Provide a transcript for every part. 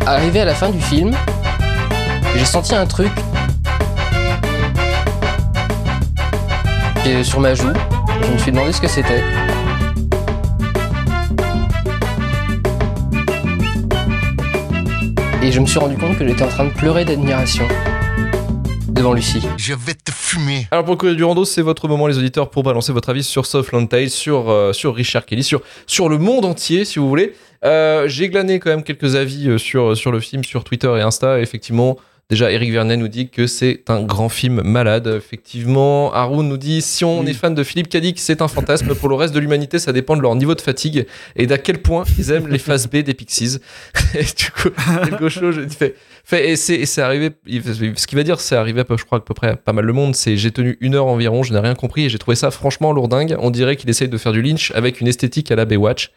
Arrivé à la fin du film, j'ai senti un truc sur ma joue. Je me suis demandé ce que c'était. Et je me suis rendu compte que j'étais en train de pleurer d'admiration devant Lucie. Je vais te fumer. Alors pour le courrier du rando, c'est votre moment les auditeurs pour balancer votre avis sur Southland Tales, sur Richard Kelly, sur le monde entier si vous voulez. J'ai glané quand même quelques avis sur le film, sur Twitter et Insta. Et effectivement, déjà Eric Vernet nous dit que c'est un grand film malade. Effectivement, Haroun nous dit si on est fan de Philippe Cadic, c'est un fantasme. Pour le reste de l'humanité, ça dépend de leur niveau de fatigue et d'à quel point ils aiment les phases B des Pixies. Et du coup, le gaucho, je et c'est arrivé. Ce qu'il va dire, c'est arrivé je crois à peu près à pas mal le monde. C'est j'ai tenu 1 heure environ, je n'ai rien compris et j'ai trouvé ça franchement lourdingue. On dirait qu'il essaye de faire du Lynch avec une esthétique à la Baywatch.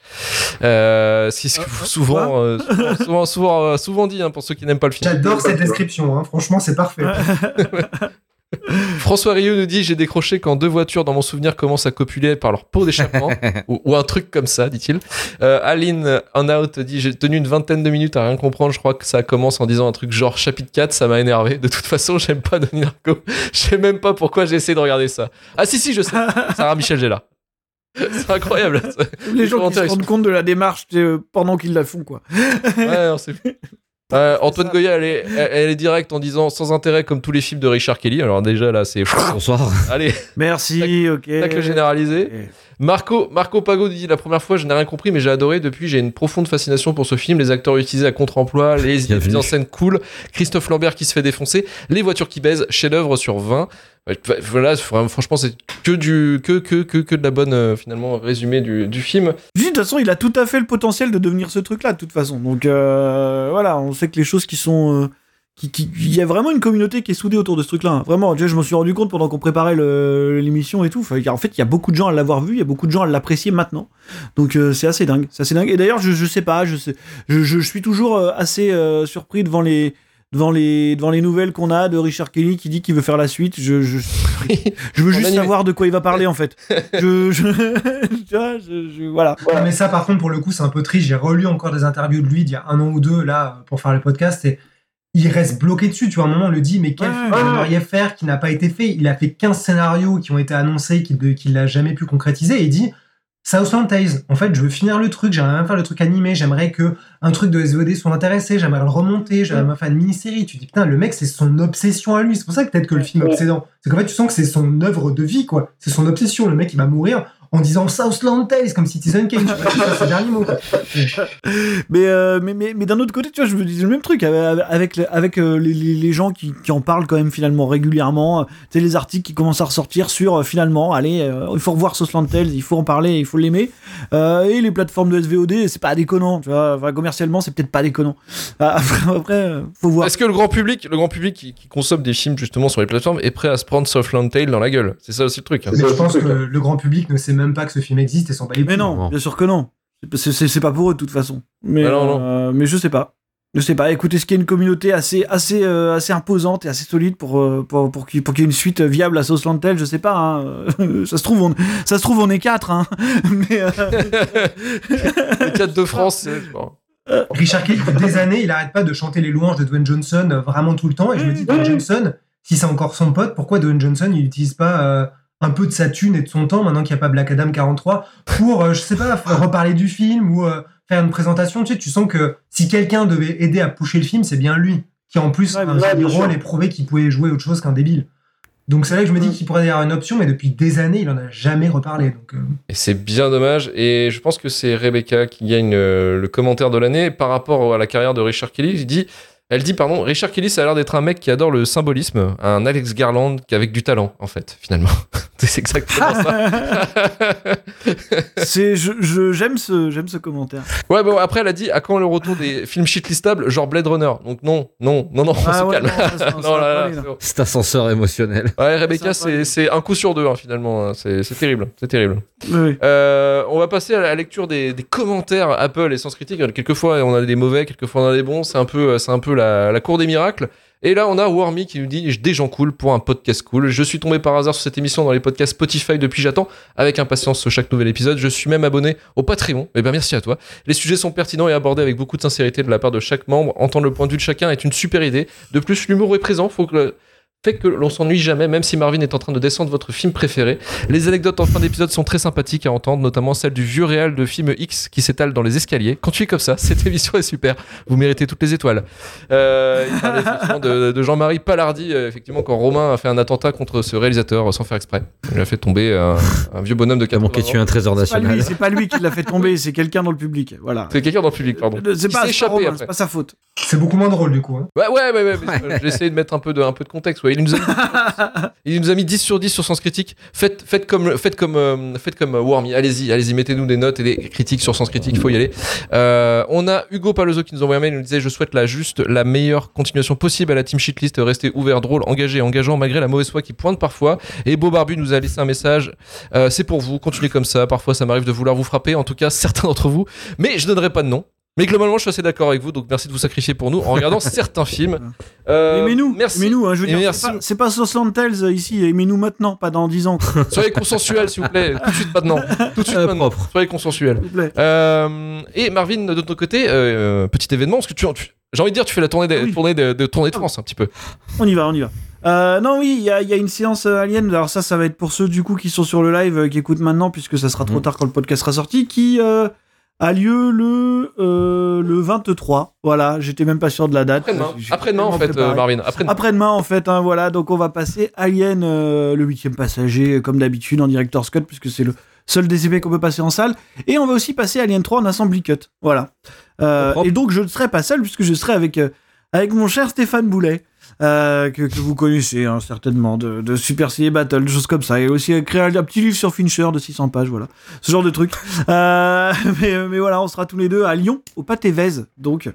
Souvent dit pour ceux qui n'aiment pas le film. J'adore cette description, franchement c'est parfait. François Rieu nous dit j'ai décroché quand 2 voitures dans mon souvenir commencent à copuler par leur pot d'échappement ou un truc comme ça, dit-il. Aline on out dit j'ai tenu une 20aine de minutes à rien comprendre. Je crois que ça commence en disant un truc genre chapitre 4, ça m'a énervé. De toute façon j'aime pas Donnie Darko, je sais même pas pourquoi j'ai essayé de regarder ça. Ah si je sais, Sarah Michel Gellar. C'est incroyable. Les gens qui se rendent compte de la démarche pendant qu'ils la font quoi. Ouais, non, c'est... Antoine Goya elle est directe en disant sans intérêt comme tous les films de Richard Kelly. Alors déjà là c'est bonsoir. Allez, merci. Ok, tacle généralisé. Marco Pago dit la première fois je n'ai rien compris mais j'ai adoré. Depuis j'ai une profonde fascination pour ce film. Les acteurs utilisés à contre-emploi, les mises en scène cool, Christophe Lambert qui se fait défoncer, les voitures qui baisent, chef-d'œuvre sur 20. Voilà, franchement c'est que de la bonne finalement résumé du film. De toute façon il a tout à fait le potentiel de devenir ce truc là de toute façon. Donc voilà, on sait que les choses qui sont il y a vraiment une communauté qui est soudée autour de ce truc-là. Vraiment, je m'en suis rendu compte pendant qu'on préparait l'émission et tout. En fait, il y a beaucoup de gens à l'avoir vu, il y a beaucoup de gens à l'apprécier maintenant. Donc c'est assez dingue. Et d'ailleurs, je sais pas, je suis toujours assez surpris devant les nouvelles qu'on a de Richard Kelly qui dit qu'il veut faire la suite. Je veux juste savoir de quoi il va parler en fait. Voilà. Mais ça, par contre, pour le coup, c'est un peu triste. J'ai relu encore des interviews de lui d'il y a 1 an ou 2 là pour faire le podcast et il reste bloqué dessus. Tu vois, à un moment, on le dit, mais quel film vous aimeriez faire qui n'a pas été fait? Il a fait 15 scénarios qui ont été annoncés, qu'il n'a jamais pu concrétiser, et il dit Southland Tales. En fait, je veux finir le truc, j'aimerais même faire le truc animé, j'aimerais que un truc de SVOD soit intéressé, j'aimerais le remonter, j'aimerais faire une mini-série. Tu dis, putain, le mec, c'est son obsession à lui. C'est pour ça que peut-être que le film est obsédant. C'est qu'en fait, tu sens que c'est son œuvre de vie, quoi. C'est son obsession. Le mec, il va mourir en disant Southland Tales comme Citizen Kane. C'est le dernier mot, quoi. Mais d'un autre côté, tu vois, je me dis le même truc avec les gens qui en parlent quand même finalement régulièrement. Tu sais, les articles qui commencent à ressortir sur finalement, allez, il faut revoir Southland Tales, il faut en parler, il faut l'aimer. Et les plateformes de SVOD, c'est pas déconnant, tu vois. Enfin, commercialement, c'est peut-être pas déconnant. Après, faut voir. Est-ce que le grand public qui consomme des films justement sur les plateformes est prêt à se prendre Southland Tales dans la gueule? C'est ça aussi le truc. Mais je pense que le grand public ne sait même pas que ce film existe et s'en bat les couilles. Mais non, bien sûr que non. C'est pas pour eux de toute façon. Mais, non. Mais je sais pas. Écoutez, est-ce qu'il y a une communauté assez imposante et assez solide pour qu'il y ait une suite viable à Southland Tales? Je sais pas. Hein. Ça se trouve, on est 4. Hein. Mais les 4 de France. Richard Kelly, depuis des années, il arrête pas de chanter les louanges de Dwayne Johnson vraiment tout le temps. Et je me dis, Dwayne Johnson, si c'est encore son pote, pourquoi Dwayne Johnson il n'utilise pas un peu de sa thune et de son temps, maintenant qu'il n'y a pas Black Adam 43, pour, je sais pas, reparler du film ou faire une présentation? Tu sais, tu sens que si quelqu'un devait aider à pusher le film, c'est bien lui, qui en plus a un rôle et prouvé qu'il pouvait jouer autre chose qu'un débile. Donc c'est là que je me dis qu'il pourrait y avoir une option, mais depuis des années, il en a jamais reparlé. Donc, Et c'est bien dommage, et je pense que c'est Rebecca qui gagne le commentaire de l'année par rapport à la carrière de Richard Kelly. Elle dit, Richard Kelly, ça a l'air d'être un mec qui adore le symbolisme, un Alex Garland avec du talent, en fait, finalement. C'est exactement ça. J'aime ce commentaire. Ouais, bon, après, elle a dit, à quand le retour des films shitlistables, genre Blade Runner? Donc non, on se calme. Cet ascenseur émotionnel. Ouais, Rebecca, c'est un coup sur 2, hein, finalement. C'est terrible. Oui. On va passer à la lecture des commentaires Apple et Sens Critique. Quelquefois, on a des mauvais, quelquefois, on a des bons. C'est un peu la cour des miracles. Et là, on a Wormy qui nous dit des gens cool pour un podcast cool. Je suis tombé par hasard sur cette émission dans les podcasts Spotify depuis j'attends avec impatience chaque nouvel épisode. Je suis même abonné au Patreon. Eh ben merci à toi. Les sujets sont pertinents et abordés avec beaucoup de sincérité de la part de chaque membre. Entendre le point de vue de chacun est une super idée. De plus, l'humour est présent. Fait que l'on s'ennuie jamais, même si Marvin est en train de descendre votre film préféré. Les anecdotes en fin d'épisode sont très sympathiques à entendre, notamment celle du vieux réal de film X qui s'étale dans les escaliers. Quand tu es comme ça, cette émission est super. Vous méritez toutes les étoiles. Il parlait effectivement de Jean-Marie Palardi, effectivement, quand Romain a fait un attentat contre ce réalisateur sans faire exprès. Il a fait tomber un vieux bonhomme de 80 ans. Qui tué un trésor national. C'est pas lui qui l'a fait tomber, c'est quelqu'un dans le public. Voilà. C'est quelqu'un dans le public, pardon. C'est pas, échappé Romain, c'est pas sa faute. C'est beaucoup moins drôle du coup. Hein. Ouais. J'ai essayé de mettre un peu de contexte. Ouais. Il nous a mis 10 sur 10 sur Sens Critique. Faites comme Wormy. Allez-y, mettez-nous des notes et des critiques sur Sens Critique. Il faut y aller. On a Hugo Palozzo qui nous envoie un mail. Il nous disait je souhaite la meilleure continuation possible à la team Shitlist. Rester ouvert, drôle, engagé et engageant malgré la mauvaise foi qui pointe parfois. Et Beau Barbu nous a laissé un message. C'est pour vous. Continuez comme ça. Parfois, ça m'arrive de vouloir vous frapper. En tout cas, certains d'entre vous. Mais je donnerai pas de nom. Mais globalement, je suis assez d'accord avec vous, donc merci de vous sacrifier pour nous en regardant certains films. Aimez-nous, merci. Aimez-nous, je veux dire, c'est pas Southland Tales ici, aimez-nous maintenant, pas dans 10 ans. Soyez consensuels, s'il vous plaît. Tout de suite maintenant. Tout de suite maintenant. Propre. Soyez consensuels. S'il vous plaît. Et Marvin, de ton côté, petit événement, parce que j'ai envie de dire, tu fais la tournée de France un petit peu. On y va. Non, oui, il y a une séance Alien. Alors ça va être pour ceux du coup qui sont sur le live, qui écoutent maintenant, puisque ça sera trop tard quand le podcast sera sorti, qui a lieu le 23. Voilà, j'étais même pas sûr de la date. Après-demain en fait, Marvin. Après-demain en fait, hein, voilà. Donc on va passer Alien, le 8e passager, comme d'habitude en Director's Cut, puisque c'est le seul DCP qu'on peut passer en salle. Et on va aussi passer Alien 3 en Assembly Cut. Voilà. Et donc je ne serai pas seul, puisque je serai avec mon cher Stéphane Boulet. Que vous connaissez hein, certainement de Super Ciné Battle, des choses comme ça, et aussi créer un petit livre sur Fincher de 600 pages, voilà, ce genre de truc. Mais voilà, on sera tous les deux à Lyon, au Pâté Vèze, donc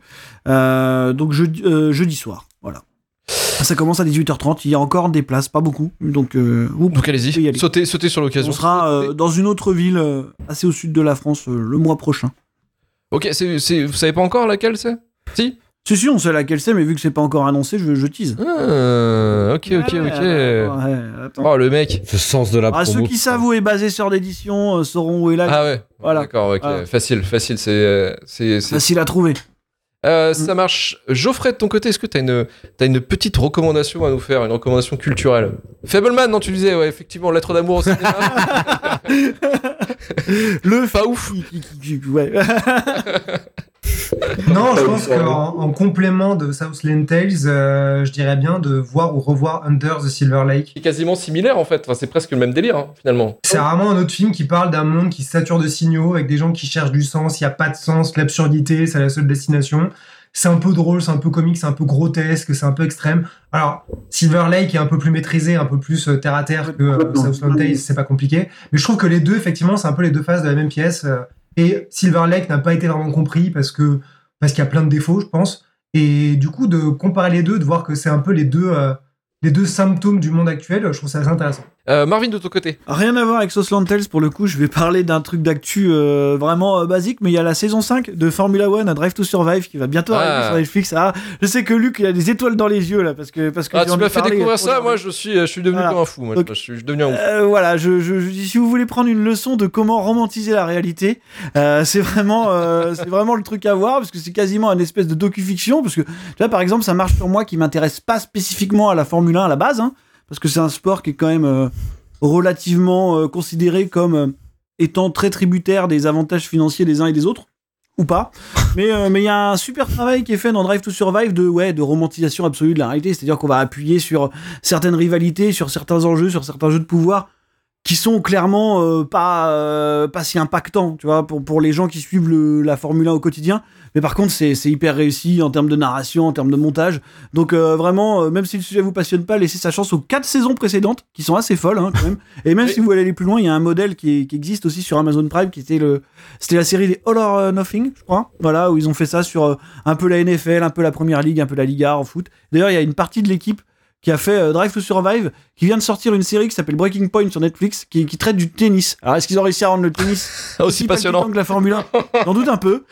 jeudi soir, voilà. Ça commence à 18h30, il y a encore des places, pas beaucoup, donc allez-y, sautez sur l'occasion. On sera dans une autre ville assez au sud de la France le mois prochain. Ok, vous savez pas encore laquelle c'est? Si, on sait laquelle c'est, mais vu que c'est pas encore annoncé, je tease. Ok. Oh, le mec. Ce sens de la promo. Ceux qui savent où est basé Sœur d'édition sauront où est là. Ah ouais. Voilà. D'accord, ok. Voilà. Facile. C'est facile à trouver. Ça marche. Geoffrey, de ton côté, est-ce que t'as une petite recommandation à nous faire, une recommandation culturelle? Fableman, non, tu disais, ouais, effectivement, Lettre d'amour au cinéma. Le pas ouf. Ouais. Non, je pense qu'en complément de Southland Tales, je dirais bien de voir ou revoir Under the Silver Lake. C'est quasiment similaire en fait, enfin, c'est presque le même délire hein, finalement. C'est vraiment un autre film qui parle d'un monde qui sature de signaux, avec des gens qui cherchent du sens, il n'y a pas de sens, l'absurdité, c'est la seule destination. C'est un peu drôle, c'est un peu comique, c'est un peu grotesque, c'est un peu extrême. Alors, Silver Lake est un peu plus maîtrisé, un peu plus terre à terre que Southland Tales, c'est pas compliqué. Mais je trouve que les deux, effectivement, c'est un peu les deux faces de la même pièce. Et Silver Lake n'a pas été vraiment compris parce qu'il y a plein de défauts, je pense. Et du coup, de comparer les deux, de voir que c'est un peu les deux symptômes du monde actuel, je trouve ça assez intéressant. Marvin, de ton côté? Rien à voir avec Southland Tales, pour le coup, je vais parler d'un truc d'actu vraiment basique, mais il y a la saison 5 de Formula One, à Drive to Survive, qui va bientôt arriver sur Netflix. Ah, je sais que Luc, il a des étoiles dans les yeux, là, parce que tu m'as fait découvrir ça, moi, je suis devenu comme un fou. Moi, donc, je suis devenu un ouf. Voilà, si vous voulez prendre une leçon de comment romantiser la réalité, c'est vraiment le truc à voir, parce que c'est quasiment une espèce de docu-fiction, parce que, tu vois, par exemple, ça marche sur moi qui m'intéresse pas spécifiquement à la Formule 1 à la base, hein, parce que c'est un sport qui est quand même relativement considéré comme étant très tributaire des avantages financiers des uns et des autres, ou pas. Mais il y a un super travail qui est fait dans Drive to Survive de romantisation absolue de la réalité, c'est-à-dire qu'on va appuyer sur certaines rivalités, sur certains enjeux, sur certains jeux de pouvoir qui sont clairement pas si impactants, tu vois, pour les gens qui suivent la Formule 1 au quotidien. Mais par contre, c'est hyper réussi en termes de narration, en termes de montage. Donc vraiment, même si le sujet vous passionne pas, laissez sa chance aux 4 saisons précédentes, qui sont assez folles hein, quand même. Et même si vous voulez aller plus loin, il y a un modèle qui existe aussi sur Amazon Prime, c'était la série des All or Nothing, je crois. Voilà, où ils ont fait ça sur un peu la NFL, un peu la Première Ligue, un peu la Liga en foot. D'ailleurs, il y a une partie de l'équipe qui a fait Drive to Survive, qui vient de sortir une série qui s'appelle Breaking Point sur Netflix, qui traite du tennis. Alors, est-ce qu'ils ont réussi à rendre le tennis aussi passionnant que la Formule 1? J'en doute un peu,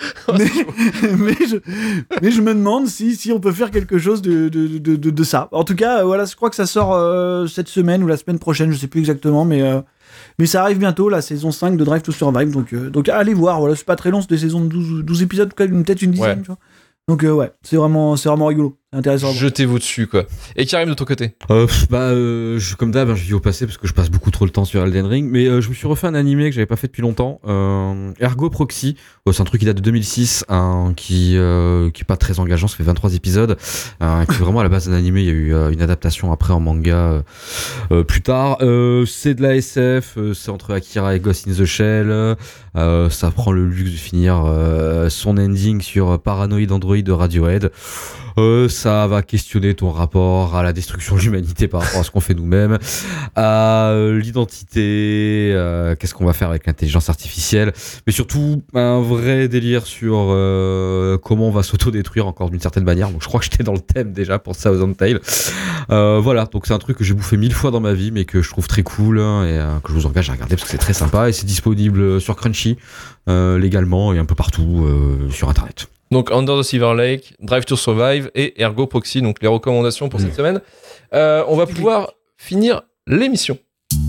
mais je me demande si on peut faire quelque chose de ça. En tout cas, voilà, je crois que ça sort cette semaine ou la semaine prochaine, je sais plus exactement, mais ça arrive bientôt, la saison 5 de Drive to Survive, donc allez voir, voilà, c'est pas très long, c'est des saisons de 12 épisodes, peut-être une dizaine, tu vois. Donc ouais, c'est vraiment rigolo, c'est intéressant. Jetez-vous dessus, quoi. Et Karim, de ton côté? Comme d'hab, je vis au passé parce que je passe beaucoup trop de temps sur Elden Ring, mais je me suis refait un animé que j'avais pas fait depuis longtemps, Ergo Proxy. C'est un truc qui date de 2006, qui est pas très engageant, ça fait 23 épisodes, qui est vraiment à la base d'un animé. Il y a eu une adaptation après en manga plus tard. C'est de la SF, c'est entre Akira et Ghost in the Shell. Ça prend le luxe de finir son ending sur Paranoid Android de Radiohead. Ça va questionner ton rapport à la destruction de l'humanité par rapport à ce qu'on fait nous-mêmes, à l'identité, qu'est-ce qu'on va faire avec l'intelligence artificielle, mais surtout un vrai délire sur comment on va s'autodétruire encore d'une certaine manière. Donc je crois que j'étais dans le thème déjà pour Thousand Tale. Voilà, donc c'est un truc que j'ai bouffé 1000 fois dans ma vie, mais que je trouve très cool et que je vous engage à regarder parce que c'est très sympa et c'est disponible sur Crunchy légalement et un peu partout sur internet. Donc Under the Silver Lake, Drive to Survive et Ergo Proxy, donc les recommandations pour cette semaine. On va pouvoir finir l'émission.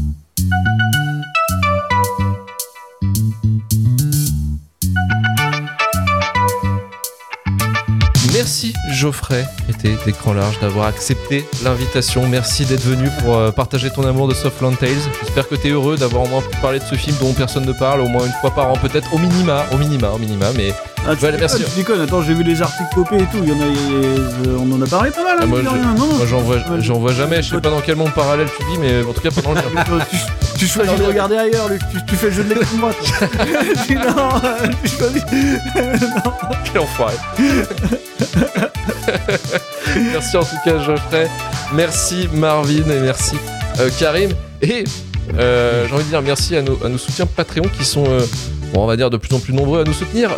Merci Geoffrey, était d'écran large, d'avoir accepté l'invitation. Merci d'être venu pour partager ton amour de Southland Tales. J'espère que t'es heureux d'avoir au moins pu parler de ce film dont personne ne parle, au moins une fois par an, peut-être au minima, mais merci. Tu déconnes, attends, j'ai vu les articles popés et tout, on en a parlé pas mal. Moi j'en vois jamais, je sais pas dans quel monde parallèle tu vis, mais en tout cas pendant le temps. Tu choisis de regarder ailleurs, Luc, tu fais le jeu de l'extrême droite. Non, tu choisis. Non. Quel enfoiré. Merci en tout cas Geoffrey, merci Marvin et merci Karim et j'ai envie de dire merci à nos soutiens Patreon qui sont on va dire de plus en plus nombreux à nous soutenir.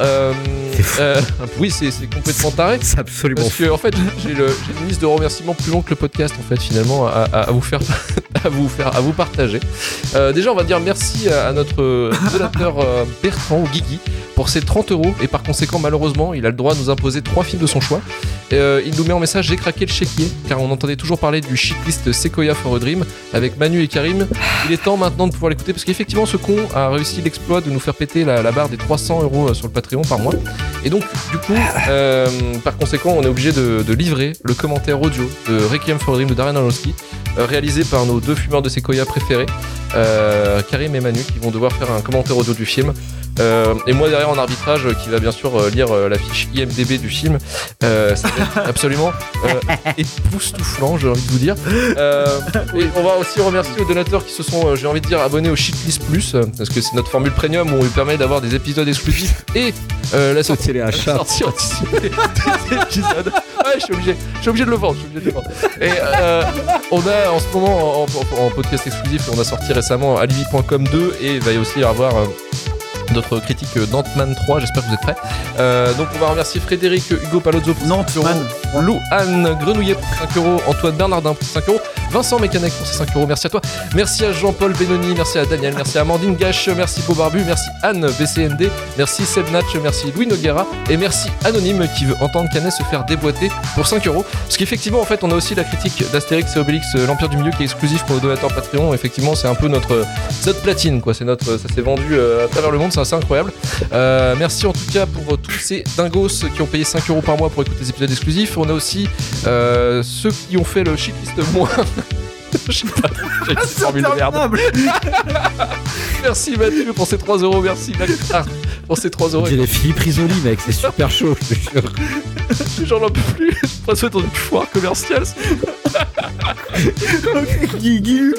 Oui, c'est complètement taré. C'est absolument parce que en fait j'ai une liste de remerciements plus longue que le podcast en fait finalement à vous partager. Déjà on va dire merci à notre donateur Bertrand ou Guigui pour ses 30€ et par conséquent malheureusement il a le droit de nous imposer 3 films de son choix. Il nous met en message: j'ai craqué le chéquier car on entendait toujours parler du shitlist Sequoia for a Dream avec Manu et Karim. Il est temps maintenant de pouvoir l'écouter parce qu'effectivement ce con a réussi l'exploit de nous faire péter la barre des 300€ sur le Patreon par mois. Et donc du coup par conséquent on est obligé de livrer le commentaire audio de Requiem for a Dream de Darren Aronofsky, réalisé par nos 2 fumeurs de Sequoia préférés, Karim et Manu, qui vont devoir faire un commentaire audio du film. Et moi derrière en arbitrage qui va bien sûr lire la fiche IMDB du film. Ça va être absolument époustouflant, j'ai envie de vous dire. Et on va aussi remercier aux donateurs qui se sont, j'ai envie de dire, abonnés au Shitlist Plus, parce que c'est notre formule premium où on lui permet d'avoir des épisodes exclusifs et la sortie anticipée des épisodes. Ouais, je suis obligé de le vendre. Et on a en ce moment en podcast exclusif, on a sorti récemment Alibi.com 2 et il va y aussi y avoir d'autres critiques d'Ant-Man 3, j'espère que vous êtes prêts. Donc on va remercier Frédéric Hugo Palozzo pour 5€, Lou Anne Grenouillet pour 5€, Antoine Bernardin pour 5€, Vincent Mécanec pour ses 5€, merci à toi. Merci à Jean-Paul Benoni, merci à Daniel, merci à Amandine Gache, merci Beau Barbu, merci Anne BCND, merci Seb Natch, merci Louis Noguera et merci Anonyme qui veut entendre Canet se faire déboîter pour 5€. Parce qu'effectivement en fait on a aussi la critique d'Astérix et Obélix, l'Empire du Milieu qui est exclusif pour nos donateurs Patreon. Effectivement c'est un peu notre platine quoi, ça s'est vendu à travers le monde, c'est assez incroyable. Merci en tout cas pour tous ces dingos qui ont payé 5€ par mois pour écouter des épisodes exclusifs. On a aussi ceux qui ont fait le shitlist moins. Je sais pas, j'ai une formule de merde. Merci Mathieu pour ces 3€, merci Max pour ces 3€. J'ai les Philippe Risoli mec, c'est super chaud, je te jure. J'en peux plus, je passe dans une foire commerciale. Ok, Guigui.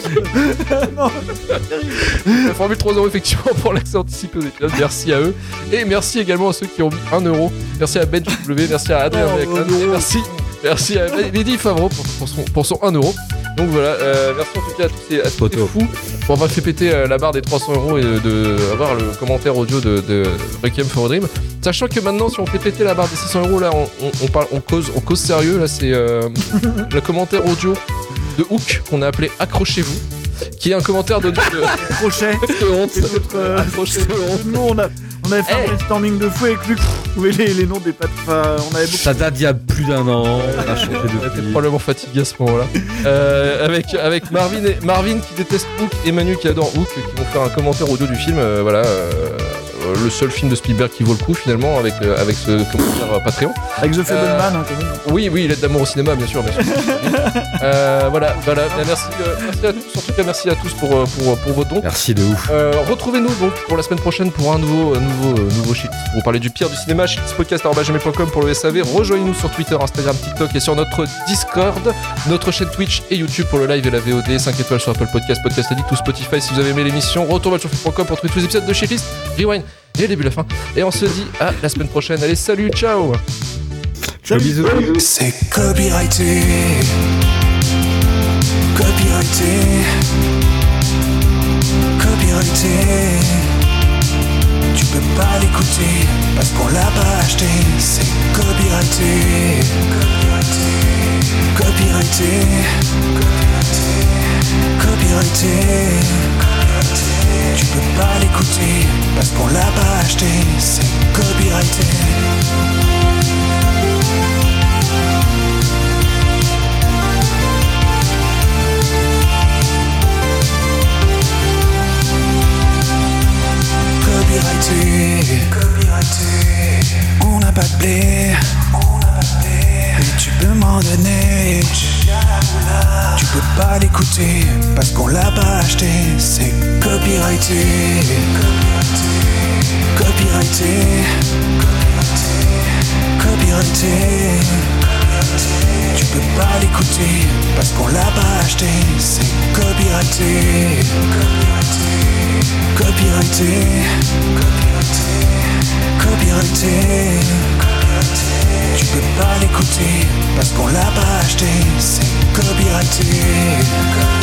La formule 3€ effectivement pour l'accès anticipé aux épisodes, merci à eux. Et merci également à ceux qui ont mis 1€. Merci à Ben W, merci à Adrien et merci à Lady Favreau pour son 1€. Donc voilà, merci en tout cas à tous ces fous pour avoir fait péter la barre des 300€ et de avoir le commentaire audio de Requiem for a Dream. Sachant que maintenant, si on fait péter la barre des 600€, là, on cause sérieux. Là, c'est le commentaire audio de Hook qu'on a appelé Accrochez-vous, qui est un commentaire de Crochet. de honte. Et d'autres. Accrochez-vous. Nous, on avait fait un brainstorming de fou avec Luc pour trouver les noms des pattes. Enfin, on avait beaucoup. Ça date d'il y a plus d'1 an, on a changé On était depuis. probablement fatigué à ce moment-là. Avec Marvin qui déteste Hook et Manu qui adore Hook, qui vont faire un commentaire audio du film. Le seul film de Spielberg qui vaut le coup finalement avec ce commentaire Patreon. Avec The Fableman, quand même. Oui, l'aide d'amour au cinéma, bien sûr. Voilà. Merci à tous. En tout cas, merci à tous pour vos dons. Merci de ouf. Retrouvez-nous donc pour la semaine prochaine pour un nouveau shit. Pour vous parler du pire du cinéma, shitspodcast@gmail.com pour le SAV. Rejoignez-nous sur Twitter, Instagram, TikTok et sur notre Discord, notre chaîne Twitch et YouTube pour le live et la VOD. 5 étoiles sur Apple Podcast, Podcast Addict ou Spotify si vous avez aimé l'émission. Retourvalchonfit.com pour trouver tous les épisodes de Shitlist, Rewind et le début, la fin. Et on se dit à la semaine prochaine. Allez, salut, ciao. Salut. Bisous. C'est copyrighté. Copyrighté. Copyrighté. Tu peux pas l'écouter parce qu'on l'a pas acheté. C'est copyrighté. Copyrighté. Copyrighté. Tu peux pas l'écouter parce qu'on l'a pas acheté. C'est copyrighté. Copyrighté. On n'a pas de blé. Et tu peux m'en donner. Tu peux pas l'écouter parce qu'on l'a pas acheté. C'est copyrighté. Copyrighté. Copyrighté. Tu peux pas l'écouter parce qu'on l'a pas acheté. C'est copyrighté. Copyrighté. Copyrighté. Tu peux pas l'écouter parce qu'on l'a pas acheté. C'est copyrighté.